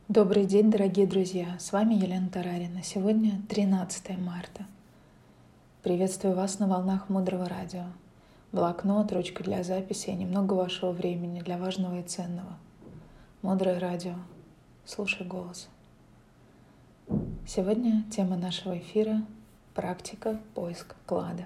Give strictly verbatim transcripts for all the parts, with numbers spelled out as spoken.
Добрый день, дорогие друзья! С вами Елена Тарарина. Сегодня тринадцатое марта. Приветствую вас на волнах Мудрого Радио. Блокнот, ручка для записи и немного вашего времени для важного и ценного. Мудрое Радио. Слушай голос. Сегодня тема нашего эфира — практика поиска клада.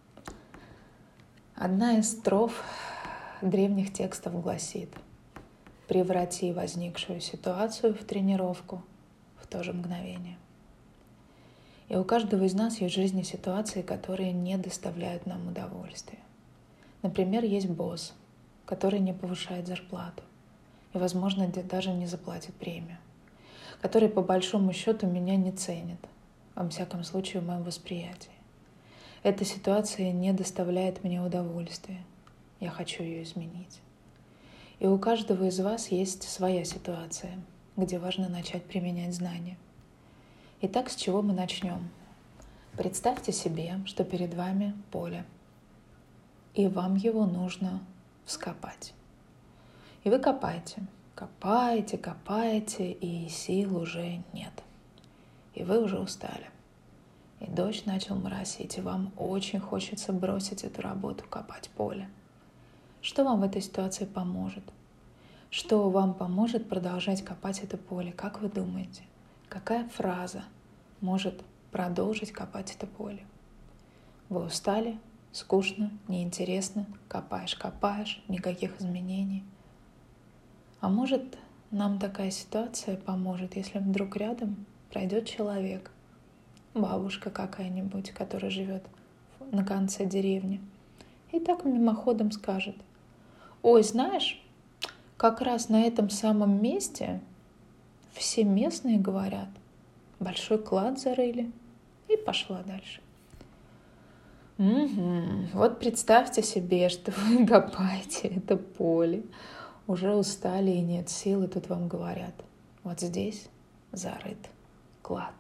Одна из строф древних текстов гласит: «Преврати возникшую ситуацию в тренировку в то же мгновение». И у каждого из нас есть в жизни ситуации, которые не доставляют нам удовольствия. Например, есть босс, который не повышает зарплату и, возможно, даже не заплатит премию, который по большому счету меня не ценит, во всяком случае в моем восприятии. Эта ситуация не доставляет мне удовольствия. Я хочу ее изменить. И у каждого из вас есть своя ситуация, где важно начать применять знания. Итак, с чего мы начнем? Представьте себе, что перед вами поле, и вам его нужно вскопать. И вы копаете, копаете, копаете, и сил уже нет. И вы уже устали. И дождь начал моросить, и вам очень хочется бросить эту работу, копать поле. Что вам в этой ситуации поможет? Что вам поможет продолжать копать это поле? Как вы думаете? Какая фраза может продолжить копать это поле? Вы устали, скучно, неинтересно, копаешь, копаешь, никаких изменений. А может, нам такая ситуация поможет, если вдруг рядом пройдет человек, бабушка какая-нибудь, которая живет на конце деревни, и так мимоходом скажет: «Ой, знаешь, как раз на этом самом месте все местные говорят, большой клад зарыли», и пошла дальше. Угу. Вот представьте себе, что вы копаете это поле, уже устали и нет сил, и тут вам говорят: вот здесь зарыт клад.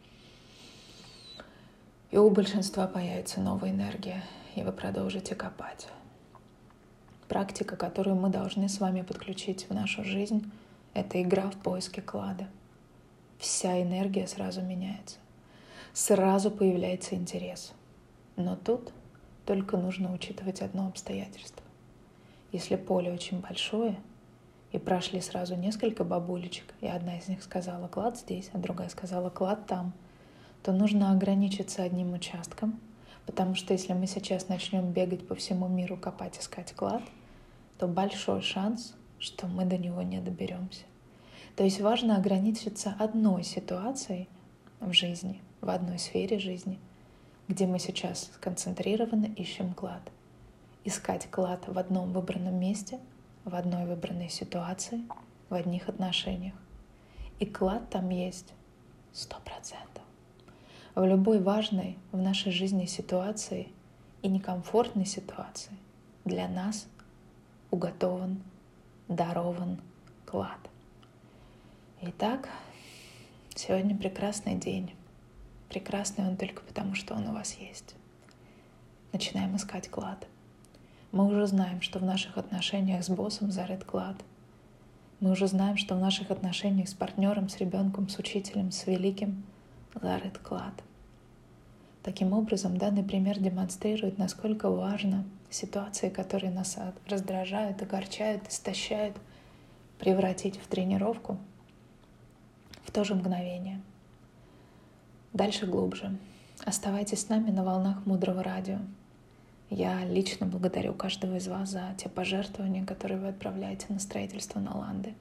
И у большинства появится новая энергия, и вы продолжите копать. Практика, которую мы должны с вами подключить в нашу жизнь, это игра в поиске клада. Вся энергия сразу меняется. Сразу появляется интерес. Но тут только нужно учитывать одно обстоятельство. Если поле очень большое, и прошли сразу несколько бабулечек, и одна из них сказала: клад здесь, а другая сказала: клад там, то нужно ограничиться одним участком, потому что если мы сейчас начнем бегать по всему миру, копать, искать клад, то большой шанс, что мы до него не доберемся. То есть важно ограничиться одной ситуацией в жизни, в одной сфере жизни, где мы сейчас сконцентрированно ищем клад. Искать клад в одном выбранном месте, в одной выбранной ситуации, в одних отношениях. И клад там есть сто процентов. В любой важной в нашей жизни ситуации и некомфортной ситуации для нас уготован, дарован клад. Итак, сегодня прекрасный день. Прекрасный он только потому, что он у вас есть. Начинаем искать клад. Мы уже знаем, что в наших отношениях с боссом зарыт клад. Мы уже знаем, что в наших отношениях с партнером, с ребенком, с учителем, с великим зарыт клад. Таким образом, данный пример демонстрирует, насколько важно ситуации, которые нас раздражают, огорчают, истощают, превратить в тренировку в то же мгновение. Дальше глубже. Оставайтесь с нами на волнах Мудрого Радио. Я лично благодарю каждого из вас за те пожертвования, которые вы отправляете на строительство Наланды.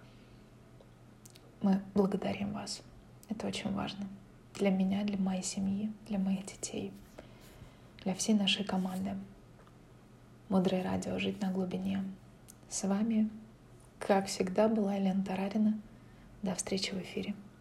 Мы благодарим вас. Это очень важно. Для меня, для моей семьи, для моих детей, для всей нашей команды. Мудрое Радио. Жить на глубине. С вами, как всегда, была Елена Тарарина. До встречи в эфире.